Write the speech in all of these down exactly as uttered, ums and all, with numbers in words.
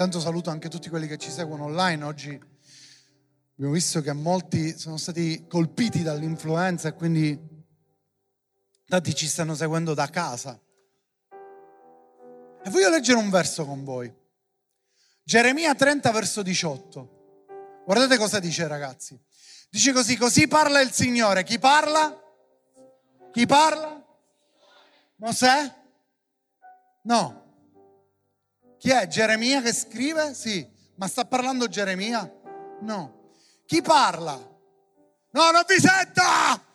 Tanto saluto anche tutti quelli che ci seguono online. Oggi abbiamo visto che molti sono stati colpiti dall'influenza e quindi tanti ci stanno seguendo da casa. E voglio leggere un verso con voi. Geremia trenta, verso diciotto. Guardate cosa dice, ragazzi. Dice così: così parla il Signore. Chi parla? Chi parla? Mosè? No. Chi è? Geremia che scrive? Sì. Ma sta parlando Geremia? No. Chi parla? No, non vi sento!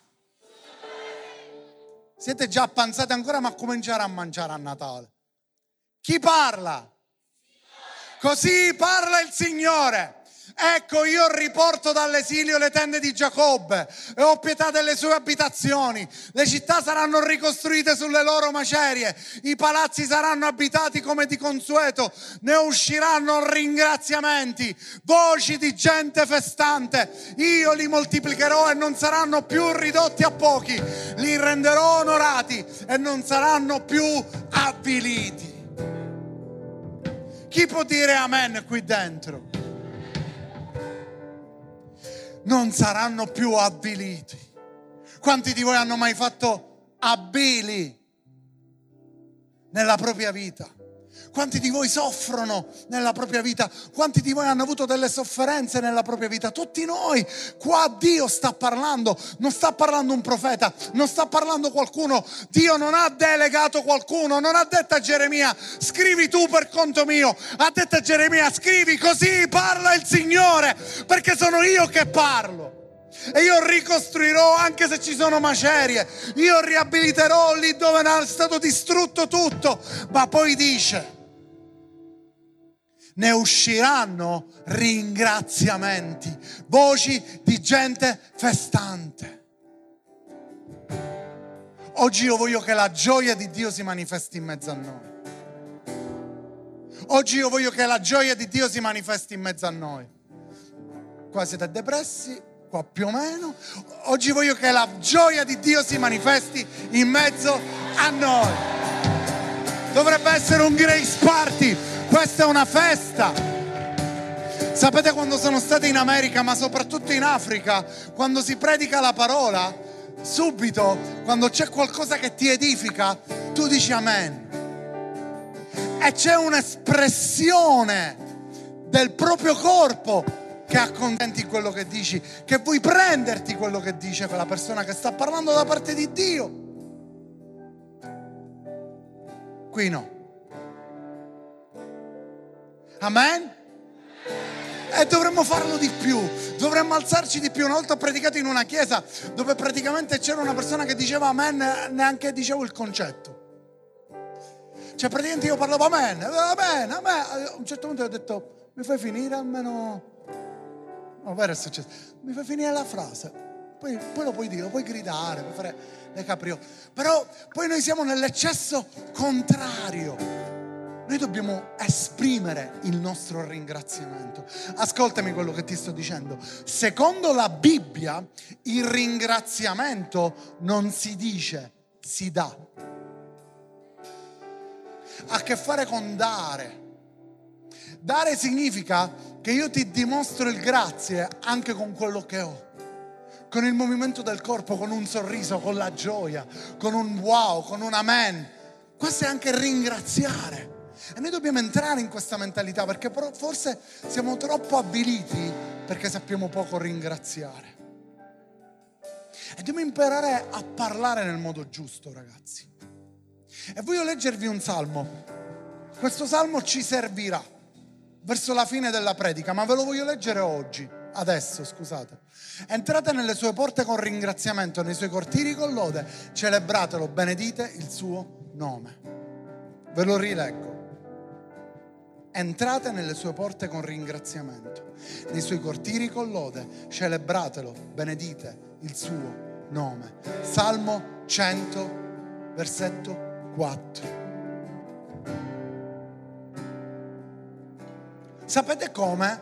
Siete già appanzati ancora, ma cominciare a mangiare a Natale. Chi parla? Così parla il Signore. Ecco, io riporto dall'esilio le tende di Giacobbe e ho pietà delle sue abitazioni. Le città saranno ricostruite sulle loro macerie, i palazzi saranno abitati come di consueto, ne usciranno ringraziamenti, voci di gente festante. Io li moltiplicherò e non saranno più ridotti a pochi, li renderò onorati e non saranno più avviliti. Chi può dire amen qui dentro? Non saranno più avviliti. Quanti di voi hanno mai fatto abbili nella propria vita? Quanti di voi soffrono nella propria vita? Quanti di voi hanno avuto delle sofferenze nella propria vita? Tutti noi. Qua Dio sta parlando. Non sta parlando un profeta, non sta parlando qualcuno. Dio non ha delegato qualcuno, non ha detto a Geremia scrivi tu per conto mio. Ha detto a Geremia scrivi, così parla il Signore, perché sono io che parlo. E io ricostruirò anche se ci sono macerie, io riabiliterò lì dove è stato distrutto tutto. Ma poi dice, ne usciranno ringraziamenti, voci di gente festante. Oggi io voglio che la gioia di Dio si manifesti in mezzo a noi. Oggi io voglio che la gioia di Dio si manifesti in mezzo a noi. Qua siete depressi, qua più o meno. Oggi voglio che la gioia di Dio si manifesti in mezzo a noi. Dovrebbe essere un grace party. Questa è una festa. Sapete, quando sono stati in America, ma soprattutto in Africa, quando si predica la parola, subito, quando c'è qualcosa che ti edifica, tu dici amen. E c'è un'espressione del proprio corpo che accontenti quello che dici, che vuoi prenderti quello che dice quella persona che sta parlando da parte di Dio. Qui no. Amen? E dovremmo farlo di più, dovremmo alzarci di più. Una volta ho predicato in una chiesa dove praticamente c'era una persona che diceva amen, neanche dicevo il concetto. Cioè praticamente io parlavo amen, amen, amen. A un certo punto ho detto, mi fai finire almeno... No, vero è successo. Mi fai finire la frase. Poi, poi lo puoi dire, lo puoi gridare, puoi fare le capriole. Però poi noi siamo nell'eccesso contrario. Noi dobbiamo esprimere il nostro ringraziamento. Ascoltami quello che ti sto dicendo. Secondo la Bibbia, il ringraziamento non si dice, si dà. Ha a che fare con dare. Dare significa che io ti dimostro il grazie anche con quello che ho. Con il movimento del corpo, con un sorriso, con la gioia, con un wow, con un amen. Questo è anche ringraziare. E noi dobbiamo entrare in questa mentalità, perché forse siamo troppo avviliti perché sappiamo poco ringraziare. E dobbiamo imparare a parlare nel modo giusto, ragazzi. E voglio leggervi un salmo. Questo salmo ci servirà verso la fine della predica, ma ve lo voglio leggere oggi, adesso, scusate. Entrate nelle sue porte con ringraziamento, nei suoi cortili con lode, celebratelo, benedite il suo nome. Ve lo rileggo. Entrate nelle sue porte con ringraziamento, nei suoi cortili con lode, celebratelo, benedite il suo nome. Salmo cento, versetto quattro. Sapete come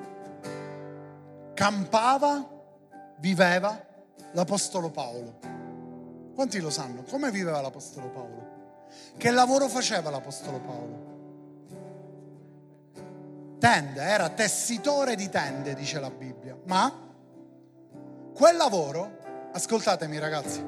campava, viveva l'Apostolo Paolo? Quanti lo sanno? Come viveva l'Apostolo Paolo? Che lavoro faceva l'Apostolo Paolo? tende, era tessitore di tende, dice la Bibbia. Ma quel lavoro, ascoltatemi ragazzi,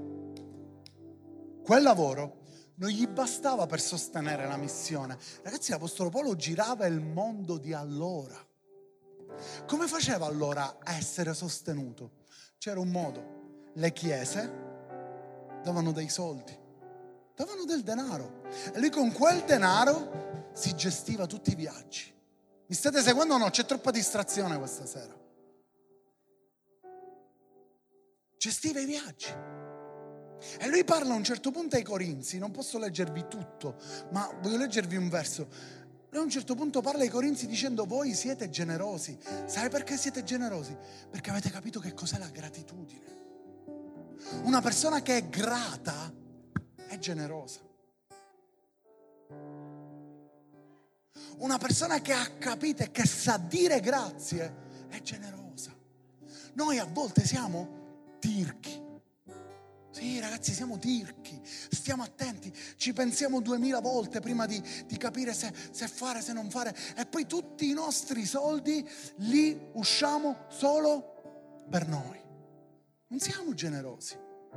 quel lavoro non gli bastava per sostenere la missione. Ragazzi, l'Apostolo Paolo girava il mondo di allora. Come faceva allora a essere sostenuto? C'era un modo: le chiese davano dei soldi, davano del denaro, e lui con quel denaro si gestiva tutti i viaggi. Mi state seguendo o no? C'è troppa distrazione questa sera. Gestiva i viaggi. E lui parla a un certo punto ai Corinzi, non posso leggervi tutto, ma voglio leggervi un verso. Lui a un certo punto parla ai Corinzi dicendo: voi siete generosi. Sai perché siete generosi? Perché avete capito che cos'è la gratitudine. Una persona che è grata è generosa. Una persona che ha capito e che sa dire grazie è generosa. Noi a volte siamo tirchi. Sì, ragazzi, siamo tirchi, stiamo attenti, ci pensiamo duemila volte prima di, di capire se, se fare, se non fare, e poi tutti i nostri soldi li usciamo solo per noi. Non siamo generosi.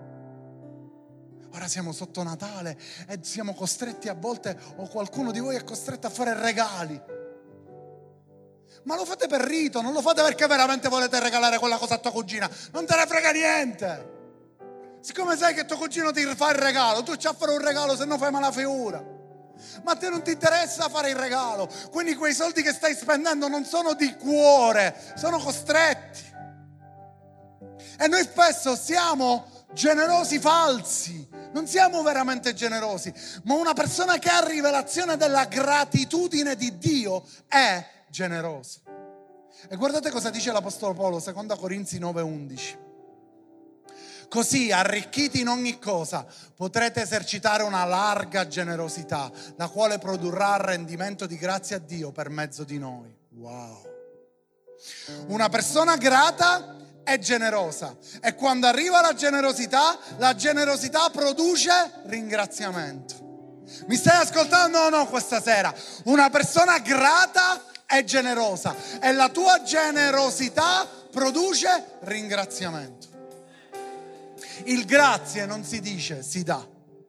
Ora siamo sotto Natale e siamo costretti a volte, o qualcuno di voi è costretto a fare regali. Ma lo fate per rito, non lo fate perché veramente volete regalare quella cosa a tua cugina. Non te ne frega niente. Siccome sai che tuo cugino ti fa il regalo, tu ci a fare un regalo, se no fai mala figura. Ma a te non ti interessa fare il regalo, quindi quei soldi che stai spendendo non sono di cuore, sono costretti. E noi spesso siamo generosi falsi, non siamo veramente generosi. Ma una persona che ha rivelazione della gratitudine di Dio è generosa. E guardate cosa dice l'Apostolo Paolo, seconda Corinzi nove undici. Così, arricchiti in ogni cosa, potrete esercitare una larga generosità, la quale produrrà rendimento di grazia a Dio per mezzo di noi. Wow! Una persona grata è generosa, e quando arriva la generosità, la generosità produce ringraziamento. Mi stai ascoltando o no questa sera? Una persona grata è generosa, e la tua generosità produce ringraziamento. Il grazie non si dice, si dà.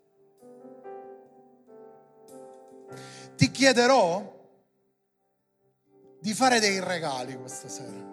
Ti chiederò di fare dei regali questa sera.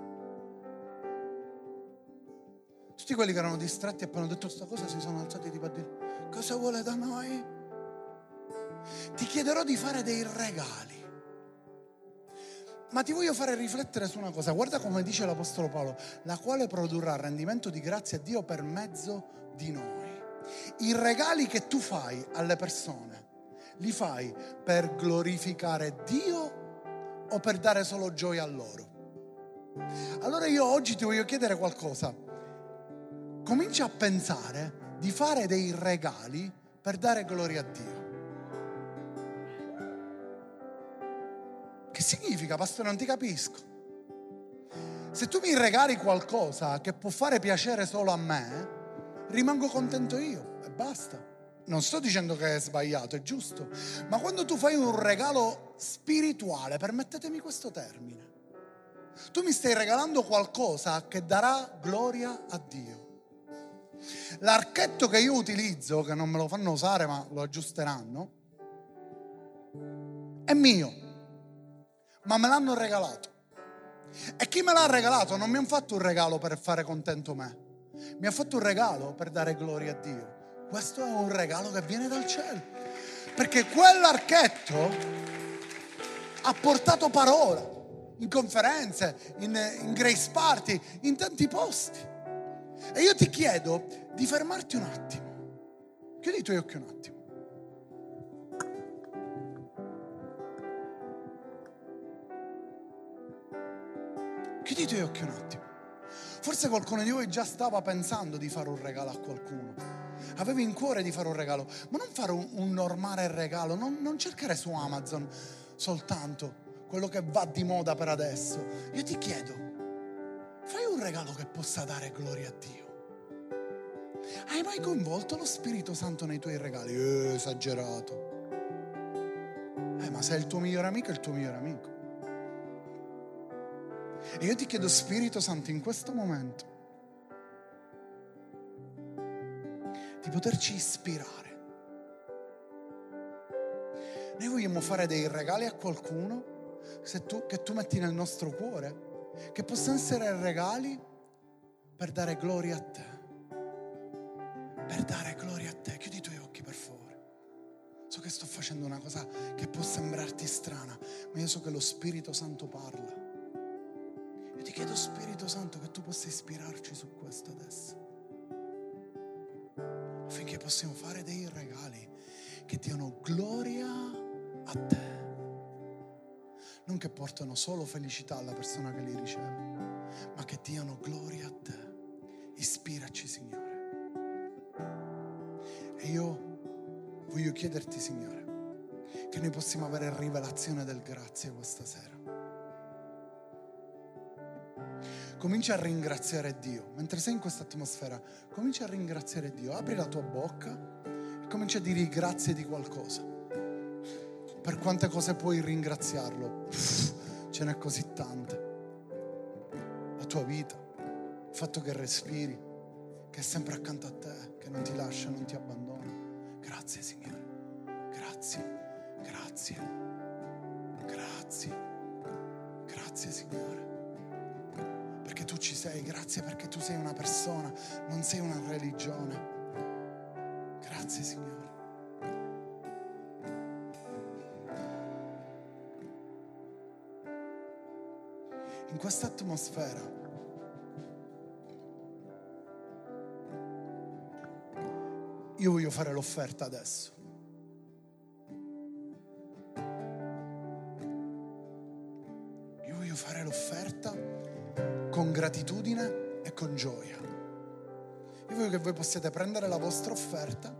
Tutti quelli che erano distratti appena ho detto questa cosa si sono alzati tipo a dire: cosa vuole da noi? Ti chiederò di fare dei regali. Ma ti voglio fare riflettere su una cosa. Guarda come dice l'Apostolo Paolo: la quale produrrà rendimento di grazia a Dio per mezzo di noi. I regali che tu fai alle persone, li fai per glorificare Dio o per dare solo gioia a loro? Allora io oggi ti voglio chiedere qualcosa. Comincia a pensare di fare dei regali per dare gloria a Dio. Che significa, pastore? Non ti capisco. Se tu mi regali qualcosa che può fare piacere solo a me, rimango contento io e basta. Non sto dicendo che è sbagliato, è giusto. Ma quando tu fai un regalo spirituale, permettetemi questo termine, tu mi stai regalando qualcosa che darà gloria a Dio. L'archetto che io utilizzo, che non me lo fanno usare ma lo aggiusteranno, è mio, ma me l'hanno regalato. E chi me l'ha regalato non mi ha fatto un regalo per fare contento me, mi ha fatto un regalo per dare gloria a Dio. Questo è un regalo che viene dal cielo, perché quell'archetto ha portato parola in conferenze, in, in grace party, in tanti posti. E io ti chiedo di fermarti un attimo. Chiudi i tuoi occhi un attimo. Chiudi i tuoi occhi un attimo. Forse qualcuno di voi già stava pensando di fare un regalo a qualcuno. Avevi in cuore di fare un regalo, ma non fare un, un normale regalo, non, non cercare su Amazon soltanto quello che va di moda per adesso. Io ti chiedo, fai un regalo che possa dare gloria a Dio. Hai mai coinvolto lo Spirito Santo nei tuoi regali? Eh, esagerato. Eh, ma se è il tuo migliore amico, è il tuo migliore amico. E io ti chiedo, Spirito Santo, in questo momento di poterci ispirare. Noi vogliamo fare dei regali a qualcuno se tu, che tu metti nel nostro cuore, che possano essere regali per dare gloria a te. Per dare gloria a te. Chiudi i tuoi occhi, per favore. So che sto facendo una cosa che può sembrarti strana, ma io so che lo Spirito Santo parla. Io ti chiedo, Spirito Santo, che tu possa ispirarci su questo adesso, affinché possiamo fare dei regali che diano gloria a te, non che portano solo felicità alla persona che li riceve, ma che diano gloria a te. Ispiraci, Signore. E io voglio chiederti, Signore, che noi possiamo avere rivelazione del grazie questa sera. Comincia a ringraziare Dio. Mentre sei in questa atmosfera, comincia a ringraziare Dio. Apri la tua bocca e comincia a dire grazie di qualcosa. Per quante cose puoi ringraziarlo? Uff, ce n'è così tante. La tua vita, il fatto che respiri, che è sempre accanto a te, che non ti lascia, non ti abbandona. Grazie, Signore. Grazie, grazie, grazie, grazie, Signore. Perché tu ci sei, grazie perché tu sei una persona, non sei una religione. Grazie, Signore. In questa atmosfera io voglio fare l'offerta adesso. Io voglio fare l'offerta con gratitudine e con gioia. Io voglio che voi possiate prendere la vostra offerta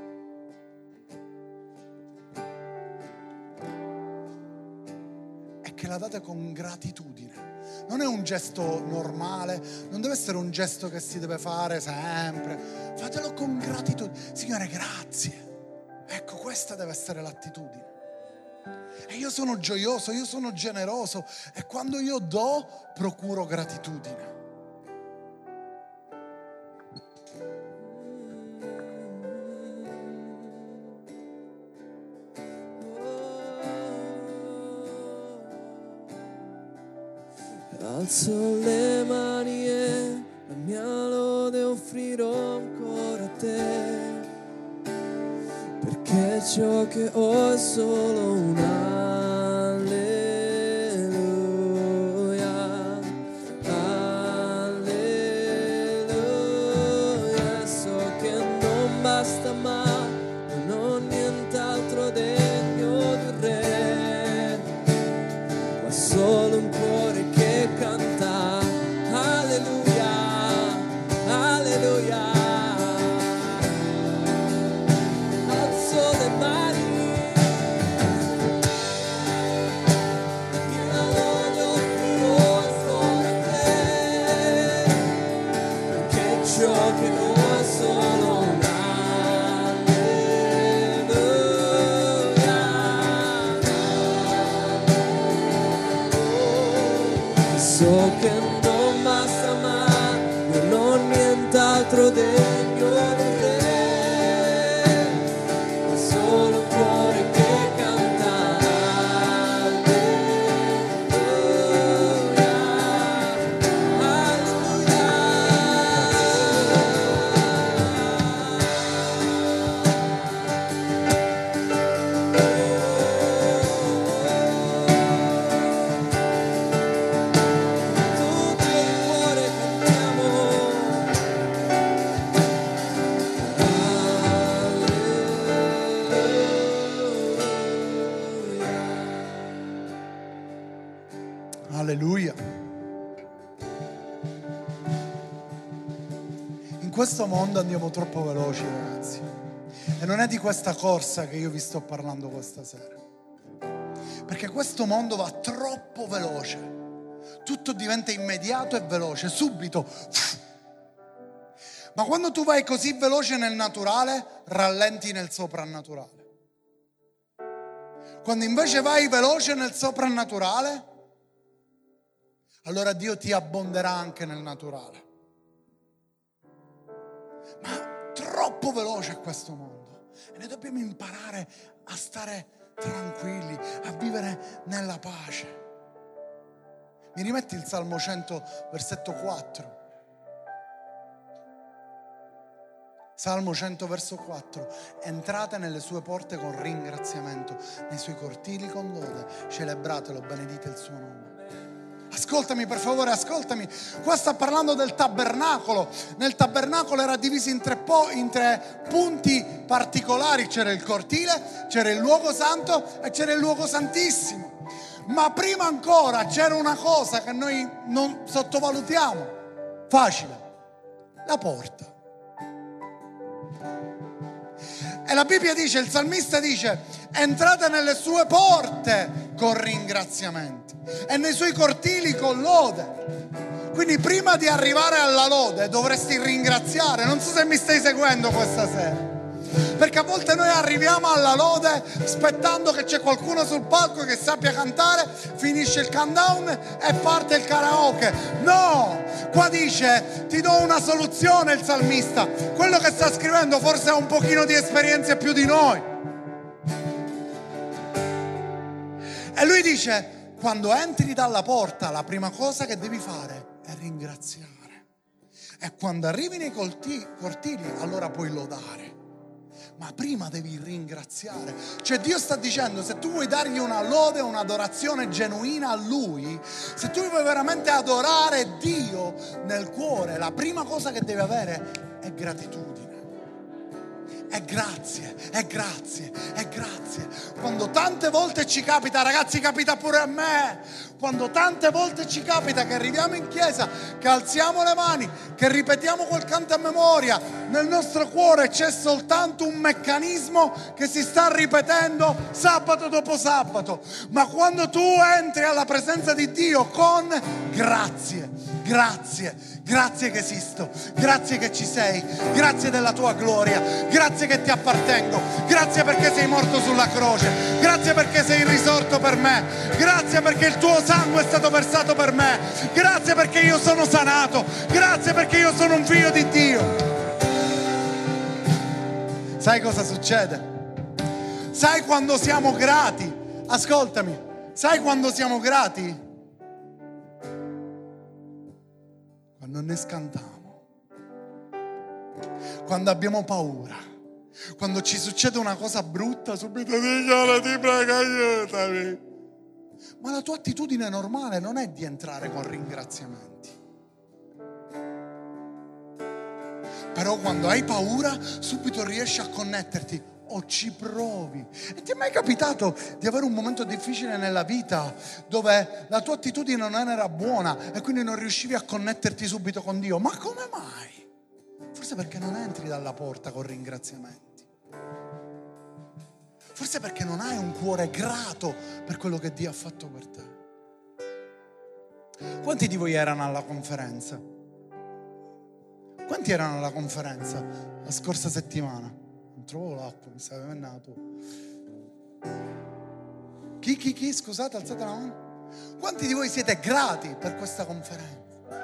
e che la date con gratitudine. Non è un gesto normale, non deve essere un gesto che si deve fare sempre. Fatelo con gratitudine. Signore, grazie. Ecco, questa deve essere l'attitudine. E io sono gioioso, io sono generoso e quando io do, procuro gratitudine. Alzo le mani e la mia lode offrirò ancora a te, perché ciò che ho è solo un alleluia, alleluia. So che non basta ma non ho nient'altro degno di un re, ma solo un cuore che canta alleluia, alleluia. Alzo le mani, io lo offrirò ancora a te, perché ciò che ho è solo un alleluia. So che non basta ma non ho nient'altro degno di te, ma solo un cuore che canta alleluia, tutto il cuore cantiamo Alleluia. In questo mondo andiamo troppo veloci, ragazzi. E non è di questa corsa che io vi sto parlando questa sera. Perché questo mondo va troppo veloce. Tutto diventa immediato e veloce, subito. Ma quando tu vai così veloce nel naturale, rallenti nel soprannaturale. Quando invece vai veloce nel soprannaturale, allora Dio ti abbonderà anche nel naturale. Ma troppo veloce è questo mondo e noi dobbiamo imparare a stare tranquilli, a vivere nella pace. Mi rimetti il Salmo cento, versetto quattro? Salmo cento, verso quattro. Entrate nelle sue porte con ringraziamento, nei suoi cortili con lode, celebratelo, benedite il suo nome. Ascoltami per favore, ascoltami. Qua sta parlando del tabernacolo. Nel tabernacolo era diviso in tre, po- in tre punti particolari. C'era il cortile, c'era il luogo santo e c'era il luogo santissimo. Ma prima ancora c'era una cosa che noi non sottovalutiamo. Facile. La porta. E la Bibbia dice, il salmista dice, entrate nelle sue porte con ringraziamenti e nei suoi cortili con lode. Quindi prima di arrivare alla lode dovresti ringraziare. Non so se mi stai seguendo questa sera, perché a volte noi arriviamo alla lode aspettando che c'è qualcuno sul palco che sappia cantare, finisce il countdown e parte il karaoke. No, qua dice, ti do una soluzione il salmista. Quello che sta scrivendo forse ha un pochino di esperienza più di noi. E lui dice, quando entri dalla porta la prima cosa che devi fare è ringraziare. E quando arrivi nei cortili allora puoi lodare. Ma prima devi ringraziare. Cioè Dio sta dicendo, se tu vuoi dargli una lode, un'adorazione genuina a Lui, se tu vuoi veramente adorare Dio nel cuore, la prima cosa che devi avere è gratitudine. È grazie, è grazie, è grazie. Quando tante volte ci capita, ragazzi, capita pure a me, quando tante volte ci capita che arriviamo in chiesa, che alziamo le mani, che ripetiamo quel canto a memoria, nel nostro cuore c'è soltanto un meccanismo che si sta ripetendo sabato dopo sabato. Ma quando tu entri alla presenza di Dio con grazie, grazie, grazie che esisto, grazie che ci sei, grazie della tua gloria, grazie che ti appartengo, grazie perché sei morto sulla croce, grazie perché sei risorto per me, grazie perché il tuo sangue è stato versato per me, grazie perché io sono sanato, grazie perché io sono un figlio di Dio. Sai cosa succede? Sai quando siamo grati? Ascoltami, sai quando siamo grati? Quando ne scantiamo, quando abbiamo paura, quando ci succede una cosa brutta, subito Signore ti prego aiutami. Ma la tua attitudine normale non è di entrare con ringraziamenti. Però quando hai paura, subito riesci a connetterti o ci provi. E ti è mai capitato di avere un momento difficile nella vita dove la tua attitudine non era buona e quindi non riuscivi a connetterti subito con Dio? Ma come mai? Forse perché non entri dalla porta con ringraziamenti. Forse perché non hai un cuore grato per quello che Dio ha fatto per te. Quanti di voi erano alla conferenza? Quanti erano alla conferenza la scorsa settimana? Non trovo l'acqua, mi stava venendo. Chi, chi, chi? Scusate, alzate la mano. Quanti di voi siete grati per questa conferenza?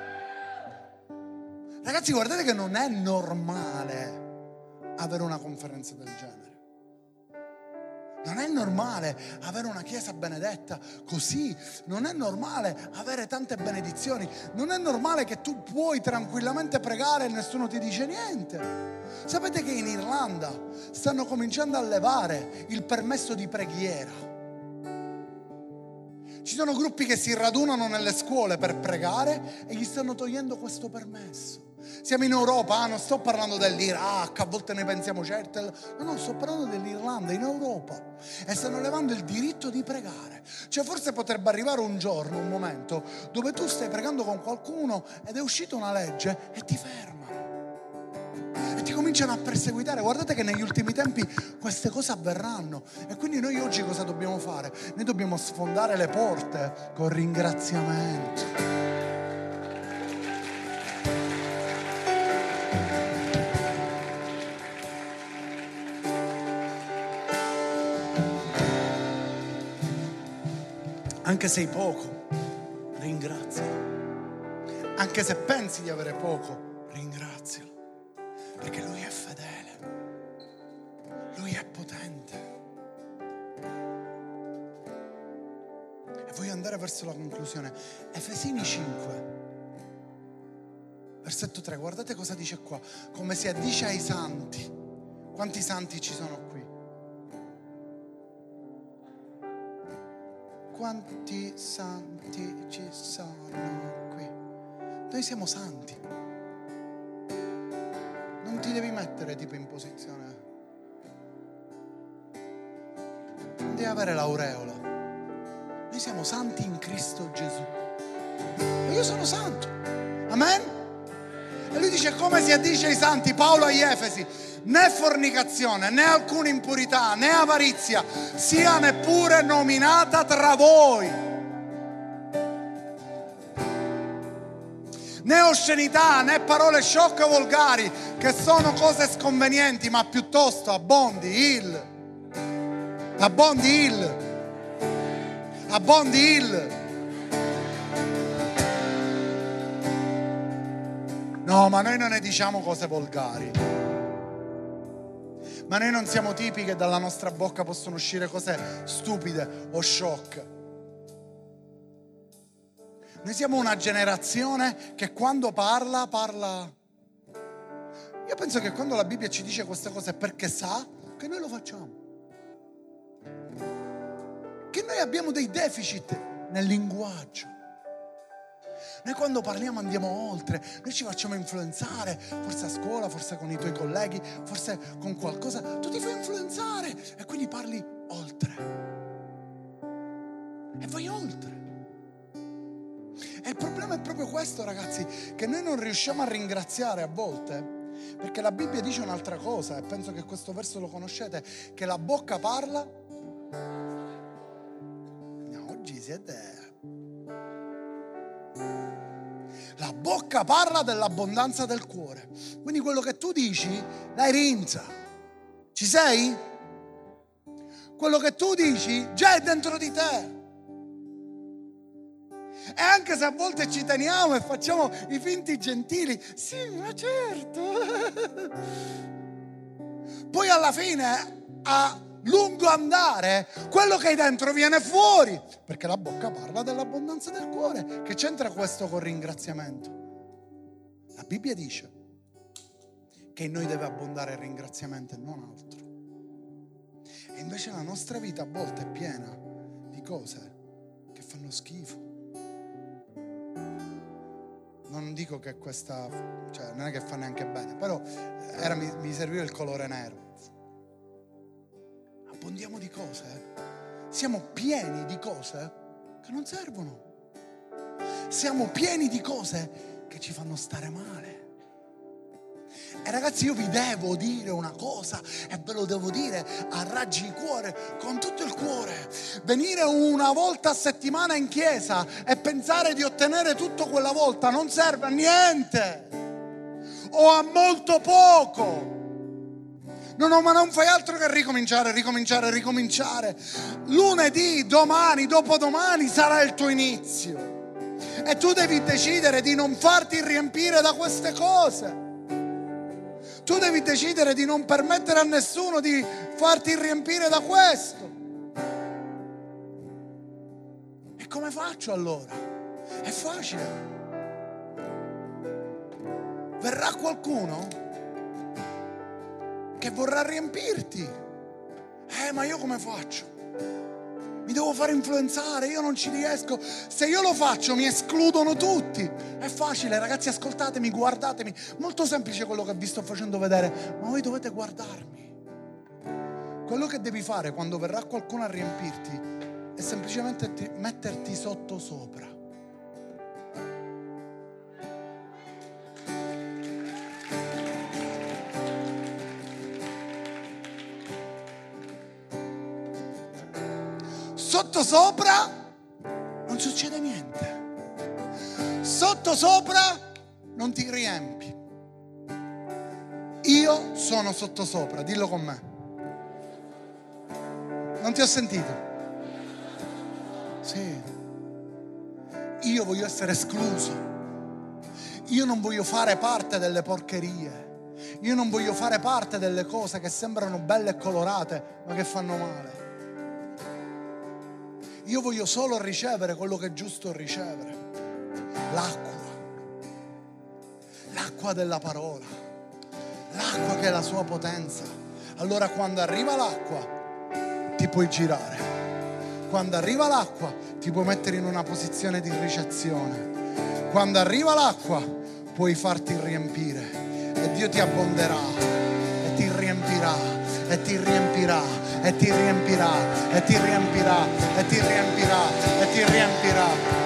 Ragazzi, guardate che non è normale avere una conferenza del genere. Non è normale avere una chiesa benedetta così. Non è normale avere tante benedizioni. Non è normale che tu puoi tranquillamente pregare e nessuno ti dice niente. Sapete che in Irlanda stanno cominciando a levare il permesso di preghiera. Ci sono gruppi che si radunano nelle scuole per pregare e gli stanno togliendo questo permesso. Siamo in Europa, ah, non sto parlando dell'Iraq, a volte ne pensiamo certo, no, no, sto parlando dell'Irlanda, in Europa, e stanno levando il diritto di pregare. Cioè forse potrebbe arrivare un giorno, un momento, dove tu stai pregando con qualcuno ed è uscita una legge e ti fermano e ti cominciano a perseguitare. Guardate che negli ultimi tempi queste cose avverranno e quindi noi oggi cosa dobbiamo fare? Noi dobbiamo sfondare le porte con ringraziamento. Anche se sei poco, ringrazia. Anche se pensi di avere poco, ringrazialo, perché Lui è fedele, Lui è potente. E voglio andare verso la conclusione. Efesini cinque, versetto tre, guardate cosa dice qua. Come si addice ai santi. Quanti santi ci sono qui? Quanti santi ci sono qui? Noi siamo santi. Non ti devi mettere tipo in posizione. Non devi avere l'aureola. Noi siamo santi in Cristo Gesù. E io sono santo. Amen? E lui dice come si addice ai santi, Paolo agli Efesi: né fornicazione, né alcuna impurità, né avarizia sia neppure nominata tra voi, né oscenità, né parole sciocche o volgari, che sono cose sconvenienti, ma piuttosto abbondi il, abbondi il, abbondi il. No, ma noi non ne diciamo cose volgari. Ma noi non siamo tipi che dalla nostra bocca possono uscire cose stupide o sciocche. Noi siamo una generazione che quando parla, parla. Io penso che quando la Bibbia ci dice queste cose è perché sa che noi lo facciamo. Che noi abbiamo dei deficit nel linguaggio. Noi quando parliamo andiamo oltre, noi ci facciamo influenzare, forse a scuola, forse con i tuoi colleghi, forse con qualcosa, tu ti fai influenzare e quindi parli oltre. E vai oltre. E il problema è proprio questo, ragazzi, che noi non riusciamo a ringraziare a volte, perché la Bibbia dice un'altra cosa, e penso che questo verso lo conoscete, che la bocca parla. No, oggi siete... La bocca parla dell'abbondanza del cuore. Quindi quello che tu dici, l'hai rinza. Ci sei? Quello che tu dici già è dentro di te. E anche se a volte ci teniamo e facciamo i finti gentili, sì, ma certo. Poi alla fine, a lungo andare, quello che hai dentro viene fuori, perché la bocca parla dell'abbondanza del cuore. Che c'entra questo col ringraziamento? La Bibbia dice che in noi deve abbondare il ringraziamento e non altro. E invece la nostra vita a volte è piena di cose che fanno schifo. Non dico che questa, cioè non è che fa neanche bene, però era, mi, mi serviva il colore nero. Abbondiamo di cose, siamo pieni di cose che non servono, siamo pieni di cose che ci fanno stare male. E ragazzi, io vi devo dire una cosa e ve lo devo dire a raggi di cuore, con tutto il cuore. Venire una volta a settimana in chiesa e pensare di ottenere tutto quella volta non serve a niente o a molto poco. No, no, ma non fai altro che ricominciare, ricominciare, ricominciare. Lunedì, domani, dopodomani sarà il tuo inizio. E tu devi decidere di non farti riempire da queste cose. Tu devi decidere di non permettere a nessuno di farti riempire da questo. E come faccio allora? È facile. Verrà qualcuno che vorrà riempirti. Eh, ma io come faccio? Mi devo fare influenzare, io non ci riesco. Se io lo faccio mi escludono tutti. È facile, ragazzi, ascoltatemi, guardatemi. Molto semplice quello che vi sto facendo vedere, ma voi dovete guardarmi. Quello che devi fare quando verrà qualcuno a riempirti è semplicemente ti- metterti sotto sopra. Sotto sopra non succede niente. Sotto sopra non ti riempi. Io sono sotto sopra, dillo con me. Non ti ho sentito? Sì. Io voglio essere escluso. io non voglio fare parte delle porcherie. Io non voglio fare parte delle cose che sembrano belle e colorate, ma che fanno male. Io voglio solo ricevere quello che è giusto ricevere. L'acqua. L'acqua della parola. L'acqua che è la sua potenza. Allora quando arriva l'acqua ti puoi girare. Quando arriva l'acqua ti puoi mettere in una posizione di ricezione. Quando arriva l'acqua puoi farti riempire. E Dio ti abbonderà e ti riempirà e ti riempirà e ti riempirà e ti riempirà e ti riempirà e ti riempirà.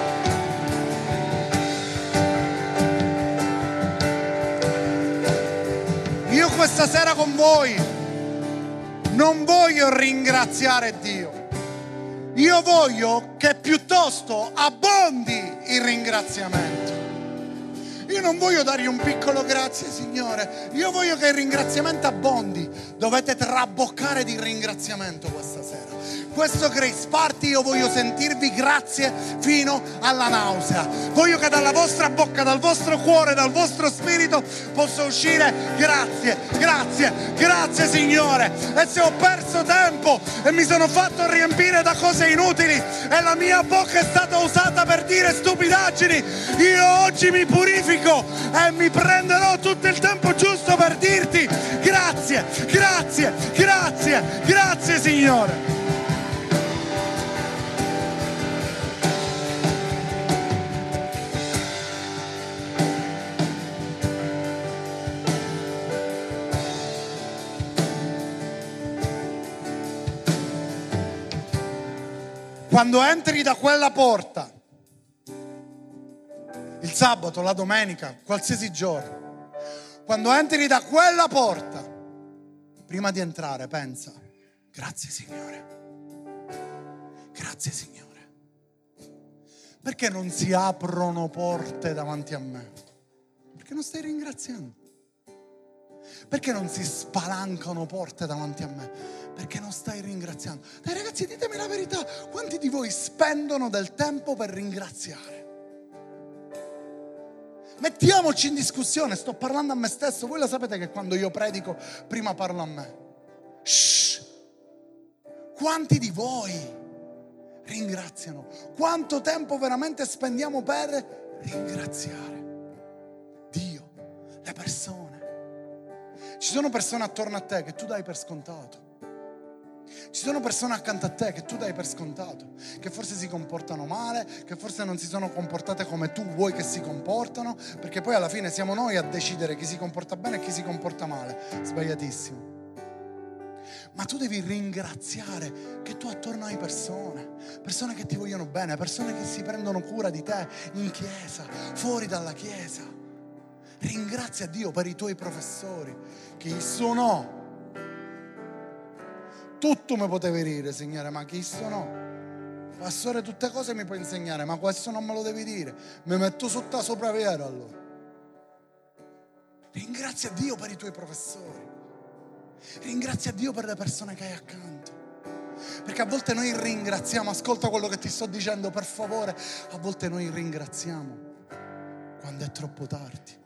Io questa sera con voi non voglio ringraziare Dio. Io voglio che piuttosto abbondi il ringraziamento. Io non voglio dargli un piccolo grazie, Signore. Io voglio che il ringraziamento abbondi. Dovete traboccare di ringraziamento questa sera. Questo Grace Party io voglio sentirvi grazie fino alla nausea. Voglio che dalla vostra bocca, dal vostro cuore, dal vostro spirito possa uscire grazie, grazie, grazie Signore. E se ho perso tempo e mi sono fatto riempire da cose inutili e la mia bocca è stata usata per dire stupidaggini, io oggi mi purifico e mi prenderò tutto il tempo giusto per dirti grazie, grazie, grazie, grazie Signore. Quando entri da quella porta, il sabato, la domenica, qualsiasi giorno, quando entri da quella porta, prima di entrare pensa, grazie Signore, grazie Signore. Perché non si aprono porte davanti a me? Perché non stai ringraziando. Perché non si spalancano porte davanti a me? Perché non stai ringraziando. Dai ragazzi, ditemi la verità, quanti di voi spendono del tempo per ringraziare? Mettiamoci in discussione, sto parlando a me stesso. Voi lo sapete che quando io predico prima parlo a me. Shh. Quanti di voi ringraziano? Quanto tempo veramente spendiamo per ringraziare Dio, le persone? Ci sono persone attorno a te che tu dai per scontato. Ci sono persone accanto a te che tu dai per scontato, che forse si comportano male, che forse non si sono comportate come tu vuoi che si comportano, perché poi alla fine siamo noi a decidere chi si comporta bene e chi si comporta male. Sbagliatissimo. Ma tu devi ringraziare che tu attorno hai persone, persone che ti vogliono bene, persone che si prendono cura di te in chiesa, fuori dalla chiesa. Ringrazia Dio per i tuoi professori. Chi sono? Tutto mi potevi dire, Signore, ma chi sono? Pastore, tutte cose mi puoi insegnare, ma questo non me lo devi dire. Mi metto sotto la sopraviera allora. Ringrazia Dio per i tuoi professori. Ringrazia Dio per le persone che hai accanto. Perché a volte noi ringraziamo, ascolta quello che ti sto dicendo per favore, a volte noi ringraziamo quando è troppo tardi.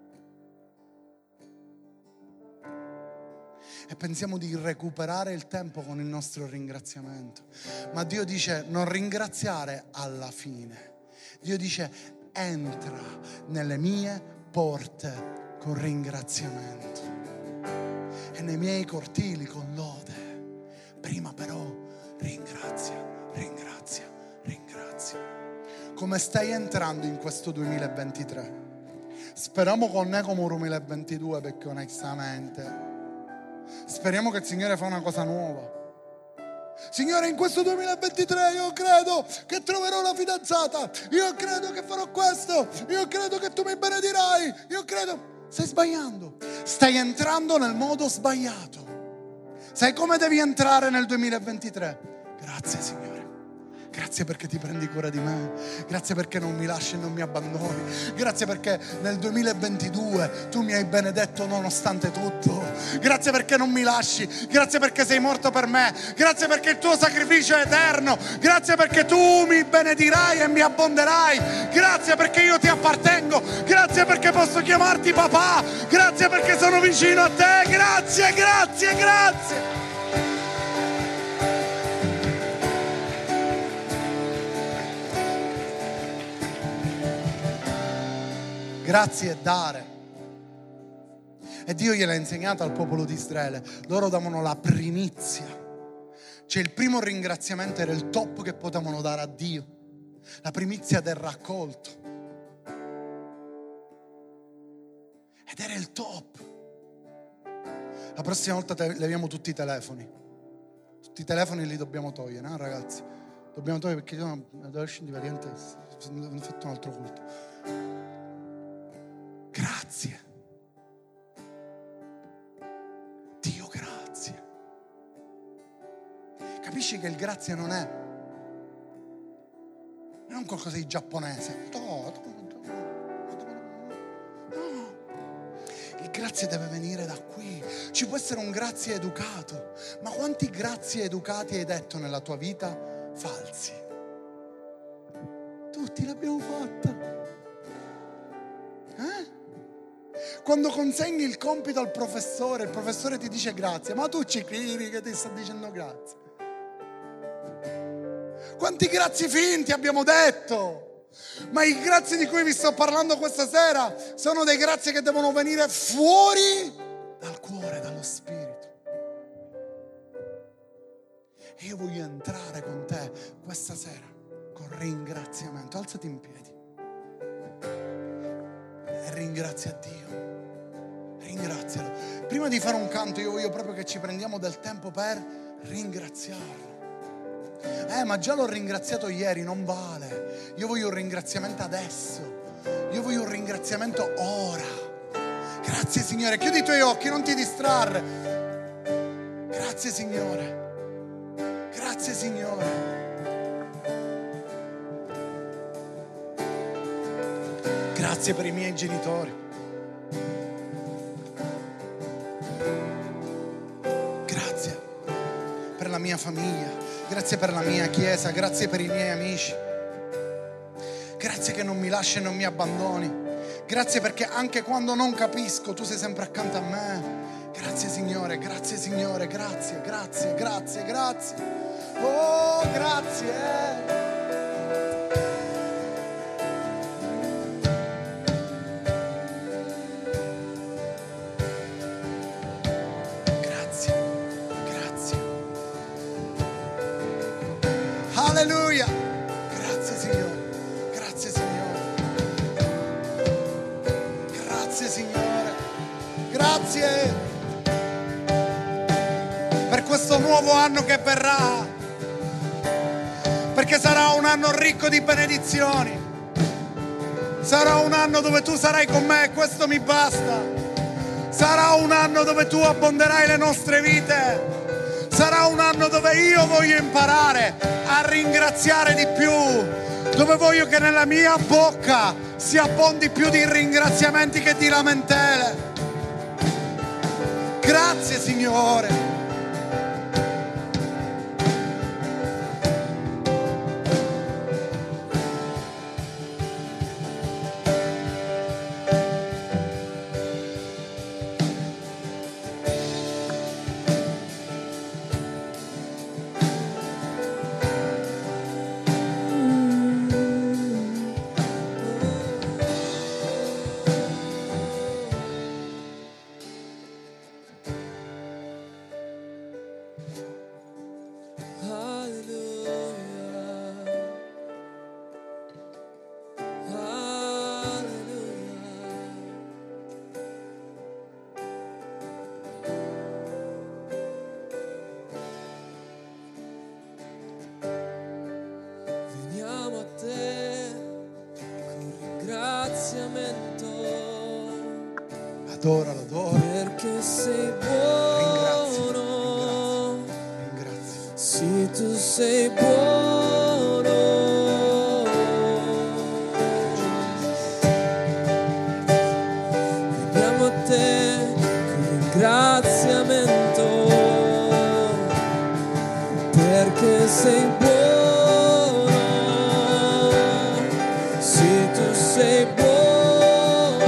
E pensiamo di recuperare il tempo con il nostro ringraziamento. Ma Dio dice non ringraziare alla fine. Dio dice entra nelle mie porte con ringraziamento e nei miei cortili con lode. Prima però ringrazia, ringrazia, ringrazia. Come stai entrando in questo duemilaventitré? Speriamo con ne come duemilaventidue, perché onestamente speriamo che il Signore fa una cosa nuova. Signore, in questo duemilaventitré io credo che troverò la fidanzata. Io credo che farò questo. Io credo che tu mi benedirai. Io credo... Stai sbagliando. Stai entrando nel modo sbagliato. Sai come devi entrare nel duemilaventitré? Grazie Signore. Grazie perché ti prendi cura di me. Grazie perché non mi lasci e non mi abbandoni. Grazie perché nel duemilaventidue tu mi hai benedetto nonostante tutto. Grazie perché non mi lasci. Grazie perché sei morto per me. Grazie perché il tuo sacrificio è eterno. Grazie perché tu mi benedirai e mi abbonderai. Grazie perché io ti appartengo. Grazie perché posso chiamarti papà. Grazie perché sono vicino a te. Grazie, grazie, grazie. Grazie è dare. E Dio gliel'ha insegnato al popolo di Israele. Loro davano la primizia. Cioè il primo ringraziamento era il top che potevano dare a Dio. La primizia del raccolto. Ed era il top. La prossima volta te- leviamo tutti i telefoni. Tutti i telefoni li dobbiamo togliere, no ragazzi? Dobbiamo togliere perché sono adolescenti variante. Hanno fatto un altro culto. Grazie. Dio, grazie. Capisci che il grazie non è non è un qualcosa di giapponese. No, no. Il grazie deve venire da qui. Ci può essere un grazie educato, ma quanti grazie educati hai detto nella tua vita falsi? Tutti l'abbiamo fatta. Eh? Quando consegni il compito al professore, il professore ti dice grazie, ma tu ci credi che ti sta dicendo grazie? Quanti grazie finti abbiamo detto? Ma i grazie di cui vi sto parlando questa sera sono dei grazie che devono venire fuori dal cuore, dallo spirito. E io voglio entrare con te questa sera con ringraziamento. Alzati in piedi e ringrazia Dio. Ringrazialo. Prima di fare un canto io voglio proprio che ci prendiamo del tempo per ringraziarlo. Eh, ma già l'ho ringraziato ieri, non vale. Io voglio un ringraziamento adesso. Io voglio un ringraziamento ora. Grazie Signore. Chiudi i tuoi occhi, non ti distrarre. Grazie Signore. Grazie Signore. Grazie per i miei genitori. Grazie per la mia famiglia. Grazie per la mia chiesa, grazie per i miei amici. Grazie che non mi lasci e non mi abbandoni. Grazie perché anche quando non capisco tu sei sempre accanto a me. Grazie Signore, grazie Signore, grazie, grazie, grazie, grazie. Oh, grazie. Alleluia. Grazie Signore. Grazie Signore. Grazie Signore. Grazie per questo nuovo anno che verrà. Perché sarà un anno ricco di benedizioni. Sarà un anno dove tu sarai con me e questo mi basta. Sarà un anno dove tu abbonderai le nostre vite. Sarà un anno dove io voglio imparare a ringraziare di più, dove voglio che nella mia bocca si abbondi più di ringraziamenti che di lamentele. Grazie Signore. Adoralo, adoro. Perché sei buono. Ringrazio, ringrazio. Sì, tu sei buono. sei buono, sì tu sei buono.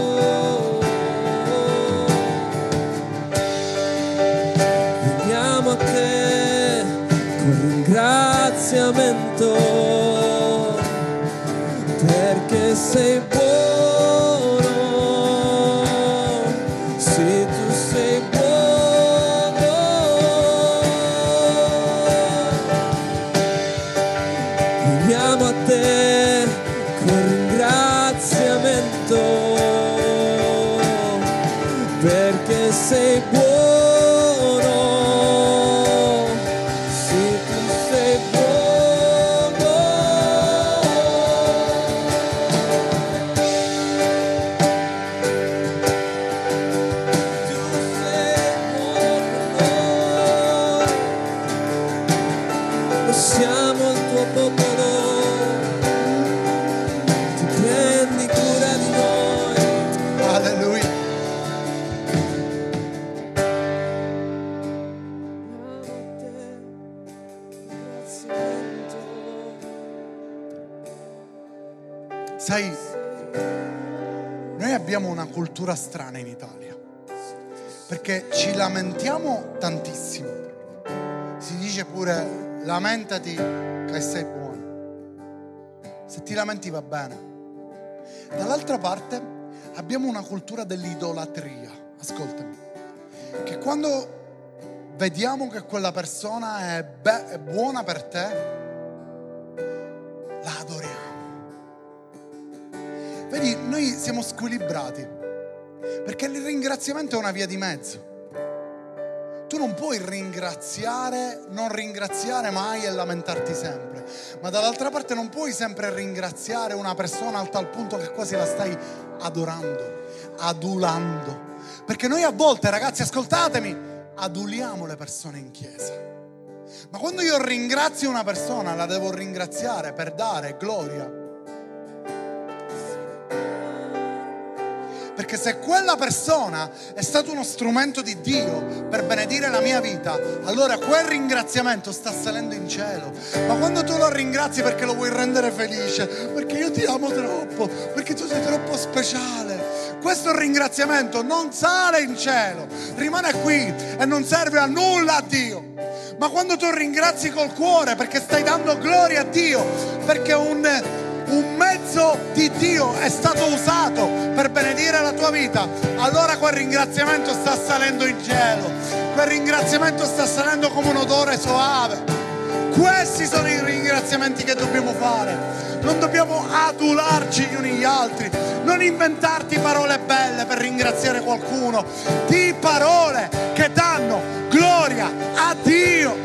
Veniamo a te con ringraziamento, perché sei buono. Perché sei buono, sì tu sei buono. Tu sei buono, noi siamo il tuo popolo, ti prendi cura di noi. Alleluia. Sai, noi abbiamo una cultura strana in Italia, perché ci lamentiamo tantissimo. Si dice pure, lamentati che sei buono. Se ti lamenti va bene. Dall'altra parte abbiamo una cultura dell'idolatria, ascoltami, che quando vediamo che quella persona è, be- è buona per te, la adoriamo. Vedi, noi siamo squilibrati, perché il ringraziamento è una via di mezzo. Tu non puoi ringraziare, non ringraziare mai e lamentarti sempre, ma dall'altra parte non puoi sempre ringraziare una persona al tal punto che quasi la stai adorando, adulando. Perché noi a volte, ragazzi, ascoltatemi, aduliamo le persone in chiesa. Ma quando io ringrazio una persona, la devo ringraziare per dare gloria. Perché se quella persona è stato uno strumento di Dio per benedire la mia vita, allora quel ringraziamento sta salendo in cielo. Ma quando tu lo ringrazi perché lo vuoi rendere felice, perché io ti amo troppo, perché tu sei troppo speciale, questo ringraziamento non sale in cielo, rimane qui e non serve a nulla a Dio. Ma quando tu ringrazi col cuore, perché stai dando gloria a Dio, perché un... un mezzo di Dio è stato usato per benedire la tua vita, allora quel ringraziamento sta salendo in cielo, quel ringraziamento sta salendo come un odore soave. Questi sono i ringraziamenti che dobbiamo fare. Non dobbiamo adularci gli uni gli altri, non inventarti parole belle per ringraziare qualcuno, di parole che danno gloria a Dio.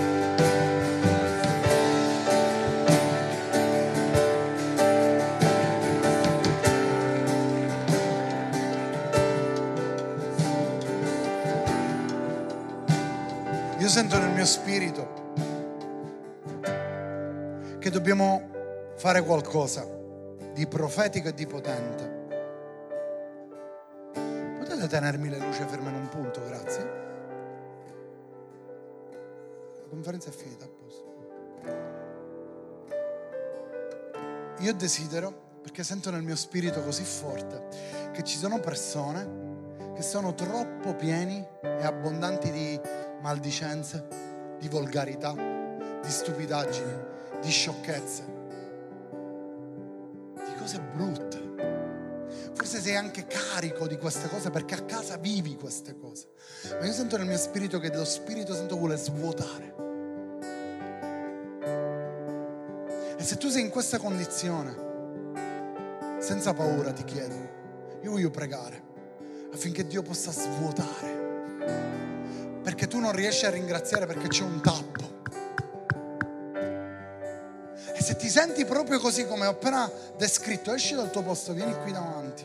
Io sento nel mio spirito che dobbiamo fare qualcosa di profetico e di potente. Potete tenermi le luci ferme in un punto, grazie? La conferenza è finita, a posto. Io desidero, perché sento nel mio spirito così forte, che ci sono persone che sono troppo pieni e abbondanti di maldicenze, di volgarità, di stupidaggini, di sciocchezze, di cose brutte. Forse sei anche carico di queste cose perché a casa vivi queste cose. Ma io sento nel mio spirito che lo Spirito Santo vuole svuotare. E se tu sei in questa condizione, senza paura ti chiedo, io voglio pregare affinché Dio possa svuotare. Perché tu non riesci a ringraziare perché c'è un tappo. E se ti senti proprio così come ho appena descritto, esci dal tuo posto, vieni qui davanti.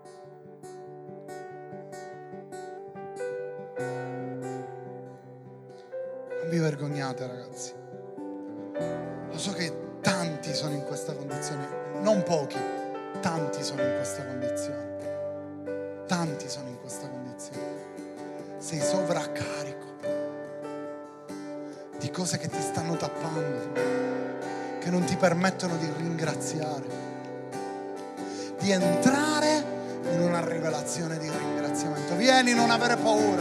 Non vi vergognate, ragazzi. Lo so che tanti sono in questa condizione, non pochi, tanti sono in questa condizione. Tanti sono in questa condizione. Sei sovraccarico di cose che ti stanno tappando, che non ti permettono di ringraziare, di entrare in una rivelazione di ringraziamento. Vieni, non avere paura,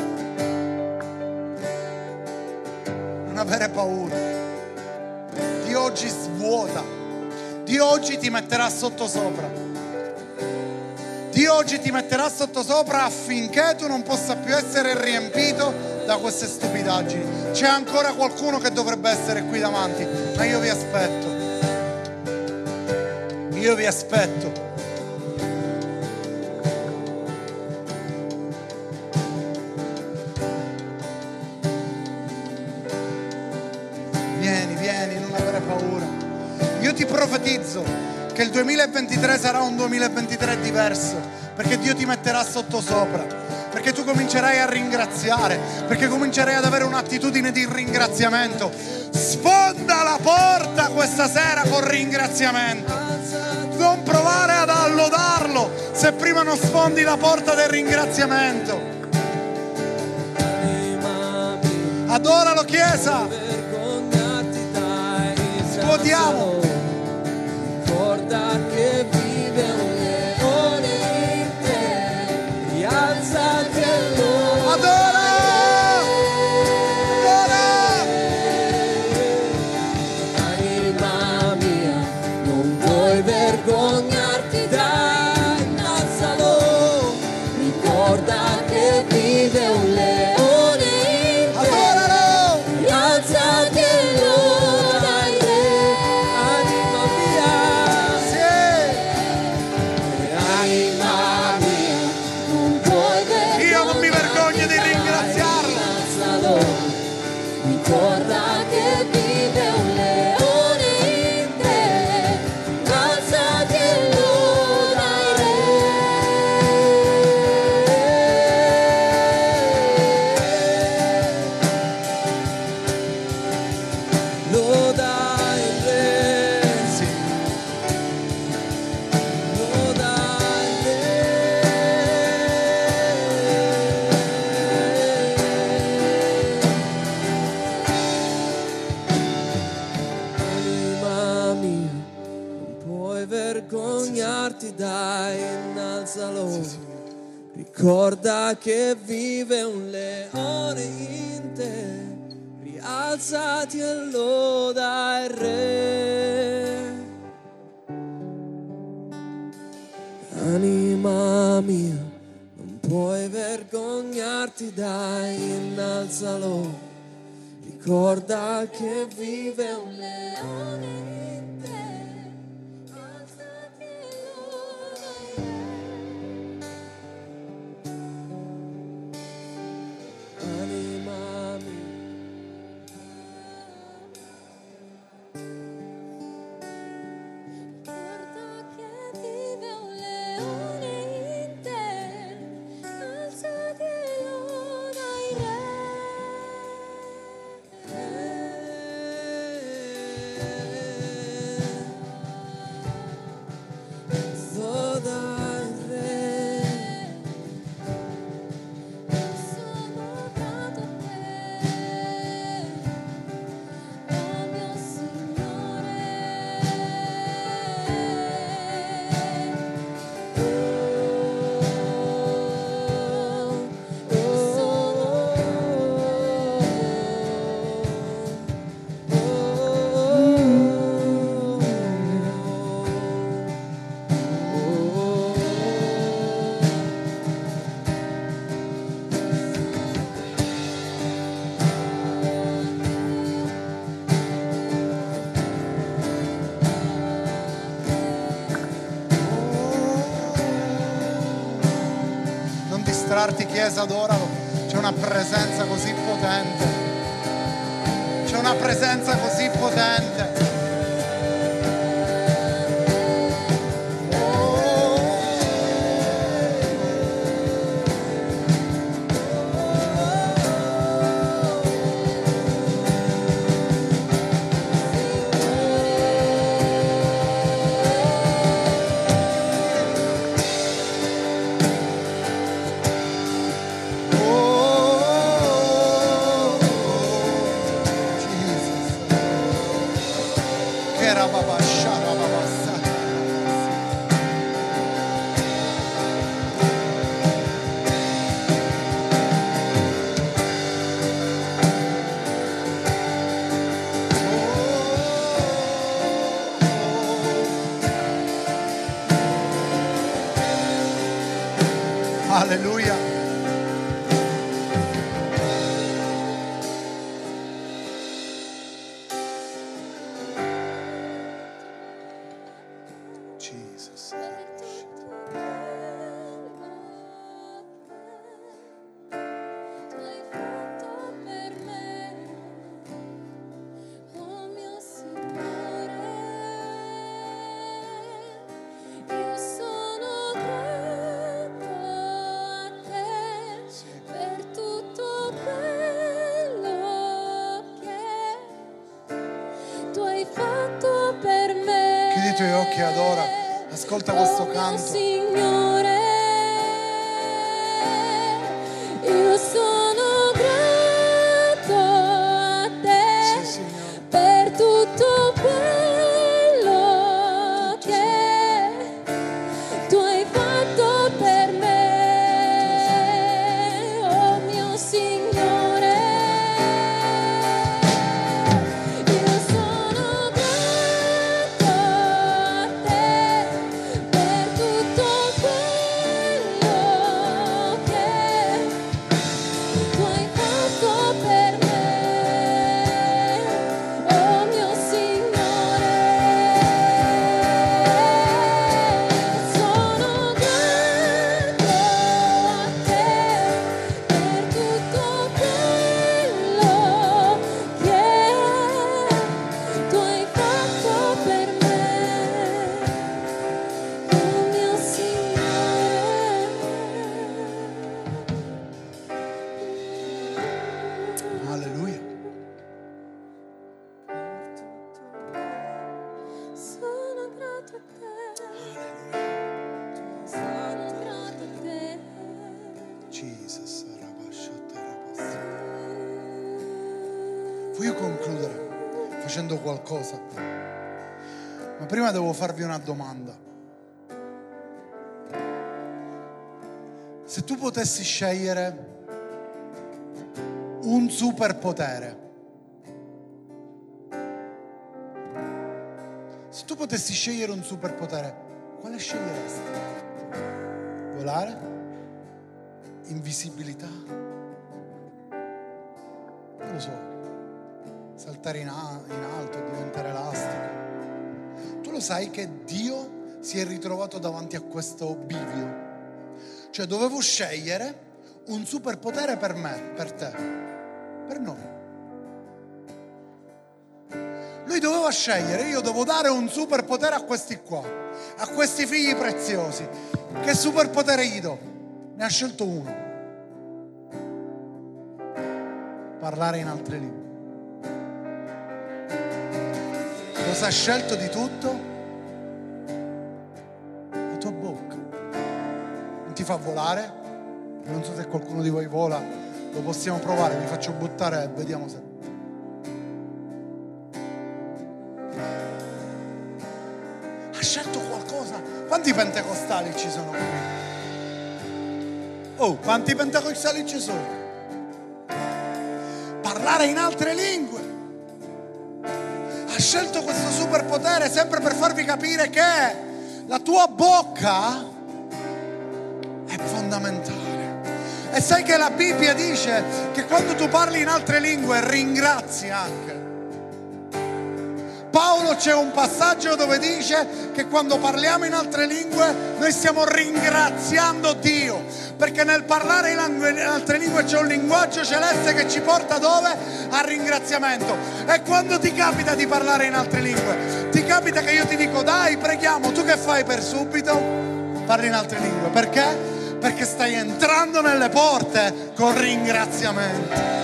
non avere paura. Dio oggi svuota, Dio oggi ti metterà sotto sopra. Dio oggi ti metterà sotto sopra affinché tu non possa più essere riempito da queste stupidaggini. C'è ancora qualcuno che dovrebbe essere qui davanti, ma io vi aspetto. Io vi aspetto. Vieni, vieni, non avere paura. Io ti profetizzo che il duemilaventitré sarà un duemilaventitré diverso, perché Dio ti metterà sotto sopra, perché tu comincerai a ringraziare, perché comincerai ad avere un'attitudine di ringraziamento. Sfonda la porta questa sera con ringraziamento. Non provare ad allodarlo se prima non sfondi la porta del ringraziamento. Adoralo, Chiesa. Svuotiamo. Ricorda che vive un leone in te, rialzati allora. Adora! Adora! Anima mia, non puoi vergognarti, dai, innalzalo. Ricorda che vive un leone in te. Adoralo! Rialzati allora, anima mia. Anima mia, non puoi vergognarti. Io non mi vergogno di ringraziarlo. Ricorda che vive un leone in te, alzati e loda il Re. Loda il Re. Sì. Loda il Anima mia, non puoi vergognarti, dai, innalzalo. Ricorda che vive un leone in te, rialzati e loda il Re. Anima mia, non puoi vergognarti, dai, innalzalo. Ricorda che vive un leone in te, alzati e loda il Re. Anima mia. Ricorda che vive un leone in te, alzati e loda il Re. Loda il Re. Sono dato a te, oh mio Signore. Non distrarti, Chiesa, adoralo. C'è una presenza così potente. C'è una presenza così potente. Oh, Jesus. Alleluia. Jesus. Tu hai fatto per me, oh mio Signore, io sono grato a te per tutto quello che tu hai fatto per me. Chiudi i tuoi occhi e adora. Ascolta questo Oh mio canto. Signore, io sono grato a te Sì, Signore. per tutto quello che tu hai fatto per me, oh mio Signore. Io sono grato a te per tutto quello che tu hai fatto per me, oh mio Signore. Sono grato a te per tutto quello che tu hai fatto per me, oh mio Signore. Alleluia. Sono grato a te, sono grato a te. Jesus. Voglio concludere facendo qualcosa, ma prima devo farvi una domanda. Se tu potessi scegliere un superpotere, se tu potessi scegliere un superpotere, quale sceglieresti? Volare? Invisibilità? Non lo so. Saltare in, a- in alto, diventare elastico. Tu lo sai che Dio si è ritrovato davanti a questo bivio. Cioè dovevo scegliere un superpotere per me, per te, per noi. Lui doveva scegliere, io devo dare un superpotere a questi qua, a questi figli preziosi. Che superpotere gli do? Ne ha scelto uno. Parlare in altre lingue. Cosa ha scelto di tutto? La tua bocca. Non ti fa volare? Non so se qualcuno di voi vola, lo possiamo provare, vi faccio buttare e vediamo se... Ha scelto qualcosa? Quanti pentecostali ci sono qui? Oh, quanti pentecostali ci sono? Parlare in altre lingue. Ha scelto questo superpotere sempre per farvi capire che la tua bocca è fondamentale. E sai che la Bibbia dice che quando tu parli in altre lingue ringrazi anche. Paolo c'è un passaggio dove dice che quando parliamo in altre lingue noi stiamo ringraziando Dio, perché nel parlare in altre lingue c'è un linguaggio celeste che ci porta dove? Al ringraziamento. E quando ti capita di parlare in altre lingue, ti capita che io ti dico dai preghiamo, tu che fai per subito? Parli in altre lingue. Perché? Perché stai entrando nelle porte con ringraziamento.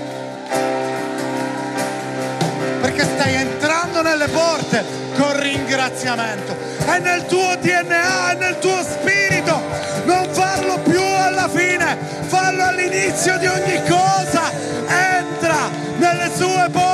Perché stai entrando nelle porte con ringraziamento. È nel tuo D N A, è nel tuo spirito. Non farlo più alla fine, fallo all'inizio di ogni cosa. Entra nelle sue porte